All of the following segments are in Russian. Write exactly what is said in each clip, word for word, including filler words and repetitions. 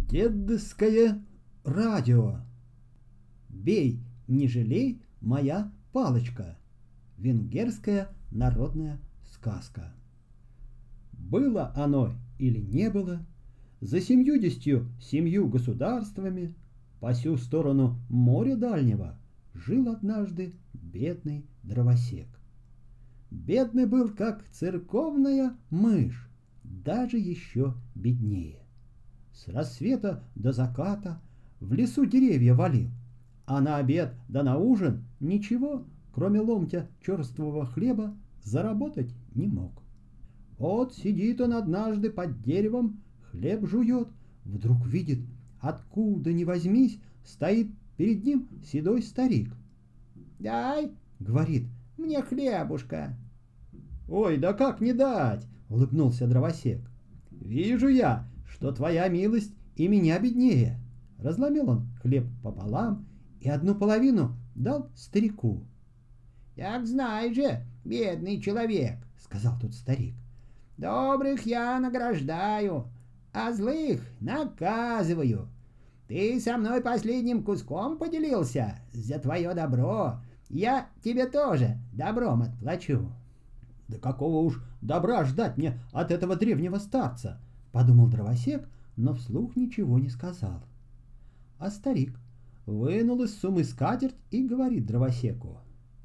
Дедовское радио. Бей, не жалей, моя палочка. Венгерская народная сказка. Было оно или не было, за семьюдесятью семью государствами по сю сторону моря дальнего жил однажды бедный дровосек. Бедный был, как церковная мышь, даже еще беднее. С рассвета до заката в лесу деревья валил, а на обед да на ужин ничего, кроме ломтя черствого хлеба, заработать не мог. Вот сидит он однажды под деревом, хлеб жует, вдруг видит, откуда ни возьмись, стоит перед ним седой старик. «Дай, — говорит, — мне хлебушка». «Ой, да как не дать!» — улыбнулся дровосек. «Вижу я, что твоя милость и меня беднее». Разломил он хлеб пополам и одну половину дал старику. «Так знай же, бедный человек, — сказал тот старик, — добрых я награждаю, а злых наказываю. Ты со мной последним куском поделился, за твое добро я тебе тоже добром отплачу». «Да какого уж добра ждать мне от этого древнего старца?» — подумал дровосек, но вслух ничего не сказал. А старик вынул из сумы скатерть и говорит дровосеку: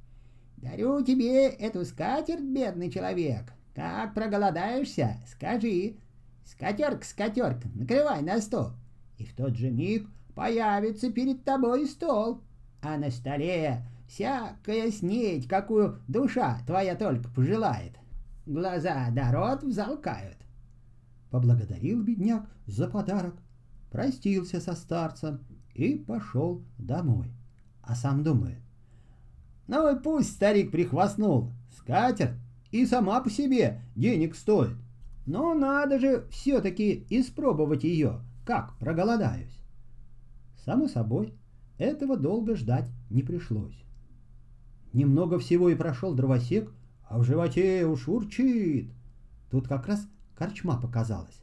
«Дарю тебе эту скатерть, бедный человек. Как проголодаешься, скажи: скатерка, скатерка, накрывай на стол». И в тот же миг появится перед тобой стол, а на столе всякая снедь, какую душа твоя только пожелает. Глаза да рот взалкают. Поблагодарил бедняк за подарок, простился со старцем и пошел домой. А сам думает: ну и пусть старик прихвастнул, скатерть и сама по себе денег стоит. Но надо же все-таки испробовать ее, как проголодаюсь. Само собой, этого долго ждать не пришлось. Немного всего и прошел дровосек, а в животе уж урчит. Тут как раз корчма показалась.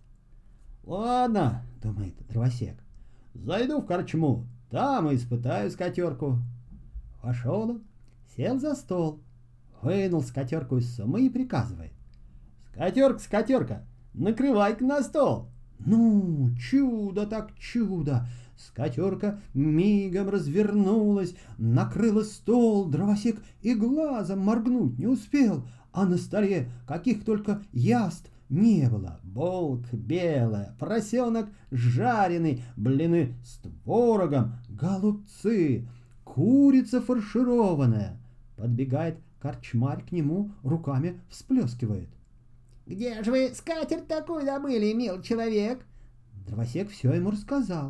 «Ладно, — думает дровосек, — зайду в корчму, там и испытаю скатерку». Вошел он, сел за стол, вынул скатерку из сумы и приказывает: «Скатерка, скатерка, накрывай-ка на стол». Ну, чудо так чудо! Скатерка мигом развернулась, накрыла стол, дровосек и глазом моргнуть не успел, а на столе каких только яств не было. Булка белая, поросенок жареный, блины с творогом, голубцы, курица фаршированная. Подбегает корчмарь к нему, руками всплескивает: «Где же вы скатерть такую добыли, мил человек?» Дровосек все ему рассказал.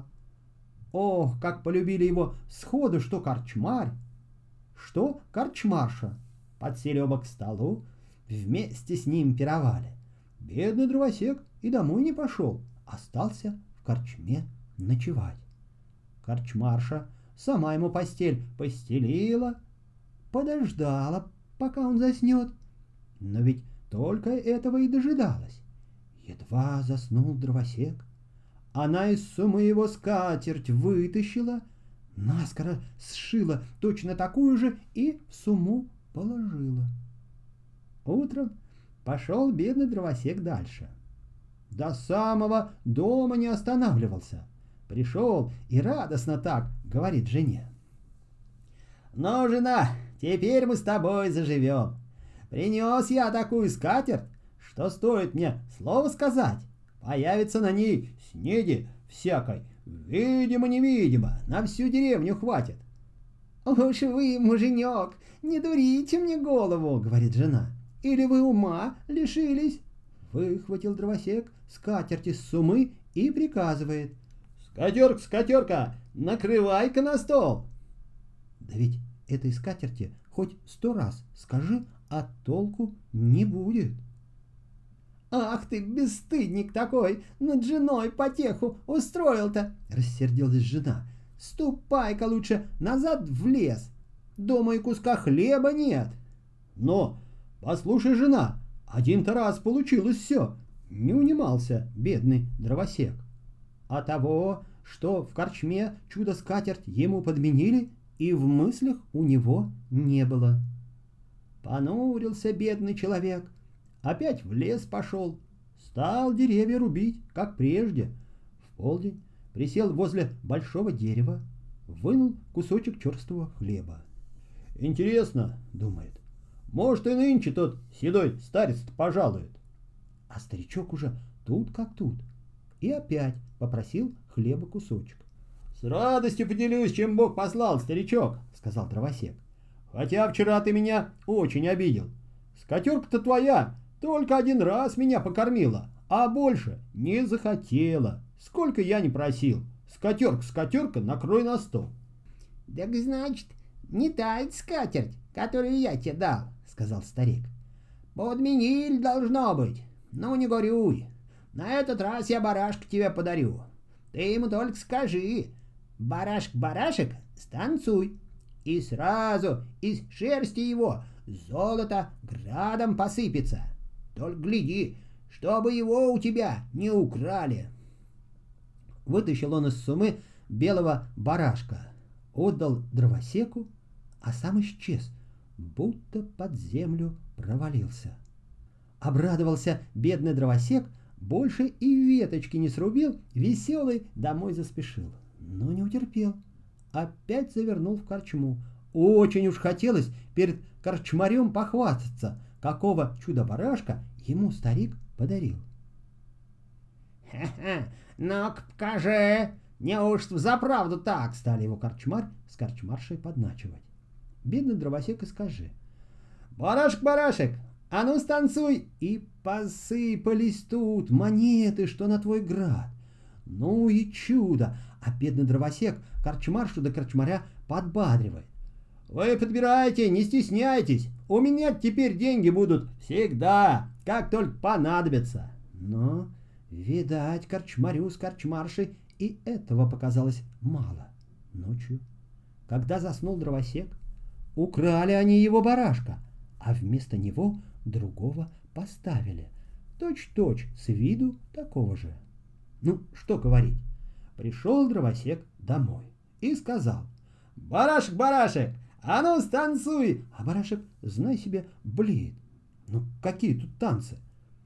Ох, как полюбили его сходу что корчмарь, что корчмарша. Подсели оба к столу, вместе с ним пировали. Бедный дровосек и домой не пошел, остался в корчме ночевать. Корчмарша сама ему постель постелила, подождала, пока он заснет. Но ведь только этого и дожидалась. Едва заснул дровосек, она из сумы его скатерть вытащила, наскоро сшила точно такую же и в суму положила. Утром пошел бедный дровосек дальше. До самого дома не останавливался. Пришел и радостно так говорит жене: «Ну, жена, теперь мы с тобой заживем. Принес я такую скатерть, что стоит мне слово сказать, появится на ней снеди всякой, видимо-невидимо, на всю деревню хватит». «Уж вы, муженек, не дурите мне голову, — говорит жена, — или вы ума лишились?» Выхватил дровосек скатерть из сумы и приказывает: «Скатерка, скатерка, накрывай-ка на стол». Да ведь этой скатерти хоть сто раз скажи, а толку не будет. «Ах ты, бесстыдник такой, над женой потеху устроил-то!» — рассердилась жена. «Ступай-ка лучше назад в лес, дома и куска хлеба нет». «Но, послушай, жена, один-то раз получилось все», — не унимался бедный дровосек. а того, что в корчме чудо-скатерть ему подменили, и в мыслях у него не было. Понурился бедный человек, опять в лес пошел, стал деревья рубить, как прежде. В полдень присел возле большого дерева, вынул кусочек черствого хлеба. «Интересно, — думает, — может, и нынче тот седой старец пожалует». А старичок уже тут как тут, и опять попросил хлеба кусочек. «С радостью поделюсь, чем Бог послал, старичок, — сказал дровосек, — хотя вчера ты меня очень обидел. Скатерка-то твоя только один раз меня покормила, а больше не захотела. Сколько я не просил. Скатерка, скатерка, накрой на стол». «Так значит, не та скатерть, которую я тебе дал, — сказал старик. — Подменили, должно быть. Ну, не горюй. На этот раз я барашка тебе подарю. Ты ему только скажи: барашек-барашек, станцуй. И сразу из шерсти его золото градом посыпется. Только гляди, чтобы его у тебя не украли». Вытащил он из сумы белого барашка, отдал дровосеку, а сам исчез, будто под землю провалился. Обрадовался бедный дровосек, больше и веточки не срубил, веселый домой заспешил. Но не утерпел, опять завернул в корчму. Очень уж хотелось перед корчмарем похвастаться, какого чудо-барашка ему старик подарил. «Ха-ха, ну-ка покажи, неужто взаправду так?» — стали его корчмарь с корчмаршей подначивать. Бедный дровосек и скажи: «Барашек-барашек, а ну станцуй!» И посыпались тут монеты, что на твой град. Ну и чудо! А бедный дровосек корчмаршу до корчмаря подбадривает: «Вы подбирайте, не стесняйтесь, у меня теперь деньги будут всегда, как только понадобятся». Но, видать, корчмарю с корчмаршей и этого показалось мало. Ночью, когда заснул дровосек, украли они его барашка, а вместо него другого поставили, точь-точь с виду такого же. Ну, что говорить, пришел дровосек домой и сказал: «Барашек, барашек, а ну станцуй!» А барашек, знай себе, блеет. Ну, какие тут танцы?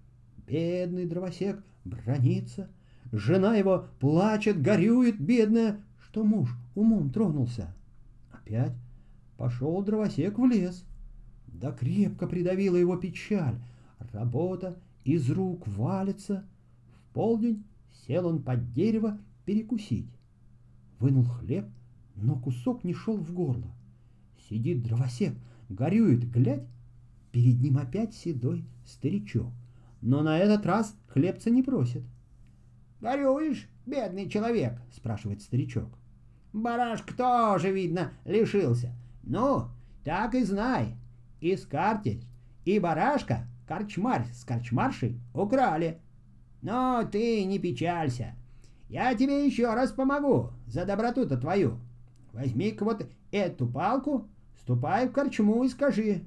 Бедный дровосек бранится, жена его плачет, горюет, бедная, что муж умом тронулся. Опять пошел дровосек в лес. Да крепко придавила его печаль, работа из рук валится. В полдень сел он под дерево перекусить. Вынул хлеб, но кусок не шел в горло. Сидит дровосек, горюет, глядь, перед ним опять седой старичок. Но на этот раз хлебца не просит. «Горюешь, бедный человек?» — спрашивает старичок. «Барашка тоже, видно, лишился. Ну, так и знай, и скатерть, и барашка корчмарь с корчмаршей украли. Но ты не печалься, я тебе еще раз помогу за доброту-то твою. Возьми-ка вот эту палку, ступай в корчму и скажи: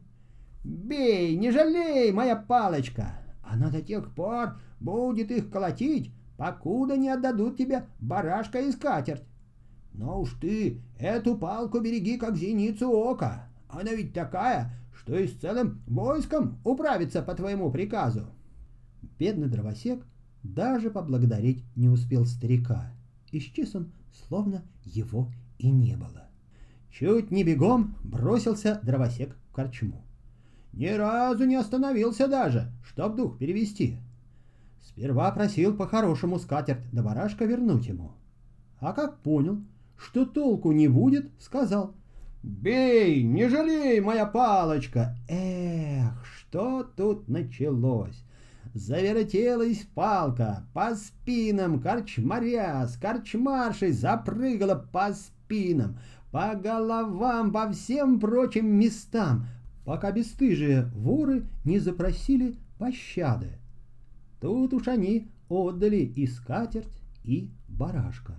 бей, не жалей, моя палочка. Она до тех пор будет их колотить, покуда не отдадут тебе барашка и скатерть. Но уж ты эту палку береги, как зеницу ока. Она ведь такая, что и с целым войском управится по твоему приказу». Бедный дровосек даже поблагодарить не успел старика. Исчез он, словно его и не было. Чуть не бегом бросился дровосек в корчму. Ни разу не остановился даже, чтоб дух перевести. Сперва просил по-хорошему скатерть да барашка вернуть ему. А как понял, что толку не будет, сказал: «Бей, не жалей, моя палочка!» Эх, что тут началось! Завертелась палка по спинам корчмаря с корчмаршей, запрыгала по спинам, по головам, по всем прочим местам, пока бесстыжие воры не запросили пощады. Тут уж они отдали и скатерть, и барашка.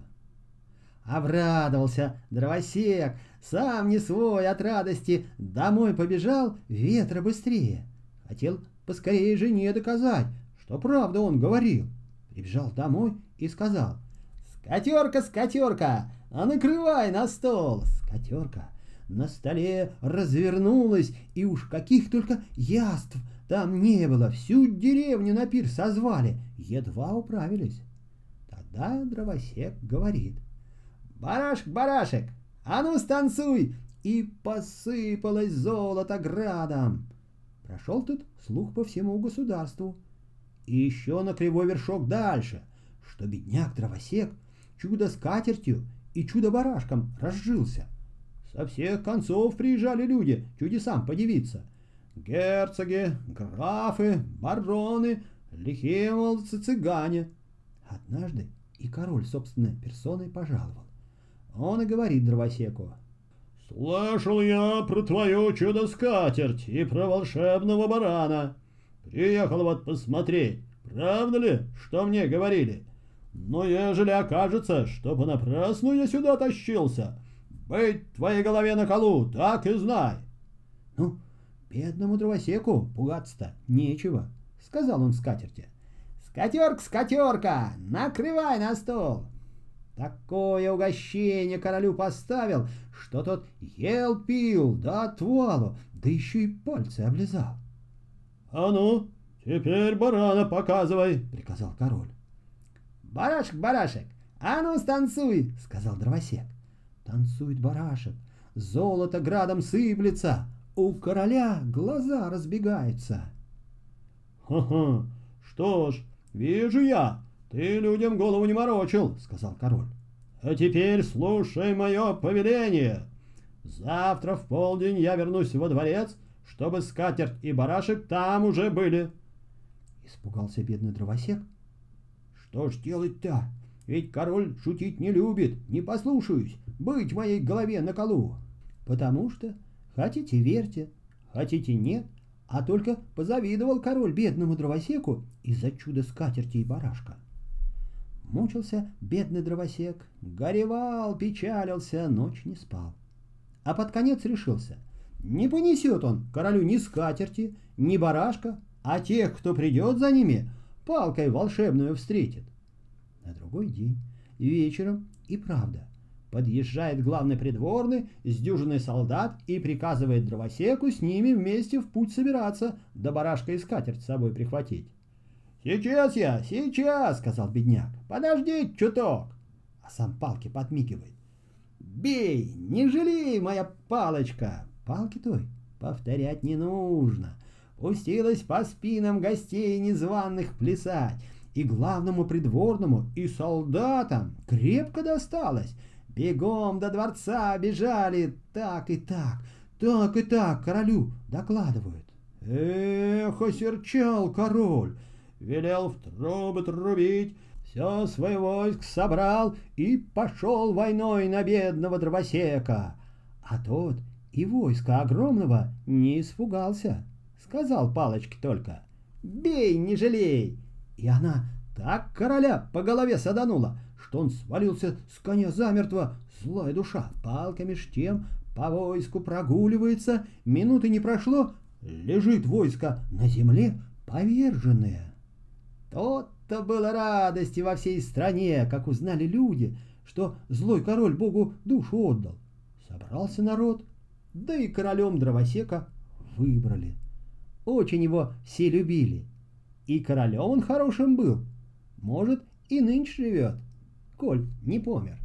Обрадовался дровосек, сам не свой от радости, домой побежал ветра быстрее. Хотел поскорее жене доказать, что правда он говорил. Прибежал домой и сказал: «Скатерка, скатерка, а накрывай на стол!» Скатерка на столе развернулась, и уж каких только яств там не было, всю деревню на пир созвали, едва управились. Тогда дровосек говорит: «Барашек, барашек, а ну станцуй!» И посыпалось золото градом. Прошел тут слух по всему государству. И еще на кривой вершок дальше, что бедняк-дровосек чудо-скатертью и чудо-барашком разжился. Со всех концов приезжали люди чудесам подивиться. Герцоги, графы, бароны, лихие молодцы-цыгане. Однажды и король собственной персоной пожаловал. Он и говорит дровосеку: «Слышал я про твою чудо-скатерть и про волшебного барана. Приехал вот посмотреть, правда ли, что мне говорили? Но ежели окажется, что понапрасну я сюда тащился, быть твоей голове на колу, так и знай». «Ну, бедному дровосеку пугаться-то нечего», — сказал он скатерти. «Скатерка, скатерка, накрывай на стол!» Такое угощение королю поставил, что тот ел, пил до отвалу, да еще и пальцы облизал. «А ну, теперь барана показывай», — приказал король. «Барашек, барашек, а ну станцуй», — сказал дровосек. Танцует барашек, золото градом сыплется, у короля глаза разбегаются. «Ха-ха, что ж, вижу я, ты людям голову не морочил», — сказал король. «А теперь слушай мое повеление. Завтра в полдень я вернусь во дворец, чтобы скатерть и барашек там уже были». Испугался бедный дровосек. «Что ж делать-то? Ведь король шутить не любит, не послушаюсь, быть в моей голове на колу». Потому что, хотите верьте, хотите нет, а только позавидовал король бедному дровосеку из-за чуда скатерти и барашка. Мучился бедный дровосек, горевал, печалился, ночь не спал. А под конец решился: не понесет он королю ни скатерти, ни барашка, а тех, кто придет за ними, палкой волшебную встретит. На другой день вечером и правда подъезжает главный придворный с дюжиной солдат и приказывает дровосеку с ними вместе в путь собираться, да барашка и скатерть с собой прихватить. «Сейчас я, сейчас!» — сказал бедняк. «Подожди чуток!» А сам палки подмигивает. «Бей, не жалей, моя палочка!» Палки той повторять не нужно. Пустилась по спинам гостей незваных плясать, и главному придворному, и солдатам крепко досталось. Бегом до дворца бежали, так и так, так и так королю докладывают. Эх, осерчал король, велел в трубы трубить, все свое войск собрал и пошел войной на бедного дровосека. А тот и войска огромного не испугался, сказал палочке только: «Бей, не жалей!» И она так короля по голове саданула, что он свалился с коня замертво, злая душа. Палка меж тем по войску прогуливается, минуты не прошло, лежит войско на земле поверженное. То-то было радости во всей стране, как узнали люди, что злой король Богу душу отдал. Собрался народ, да и королем дровосека выбрали. Очень его все любили. И королем он хорошим был. Может, и нынче живет, коль не помер.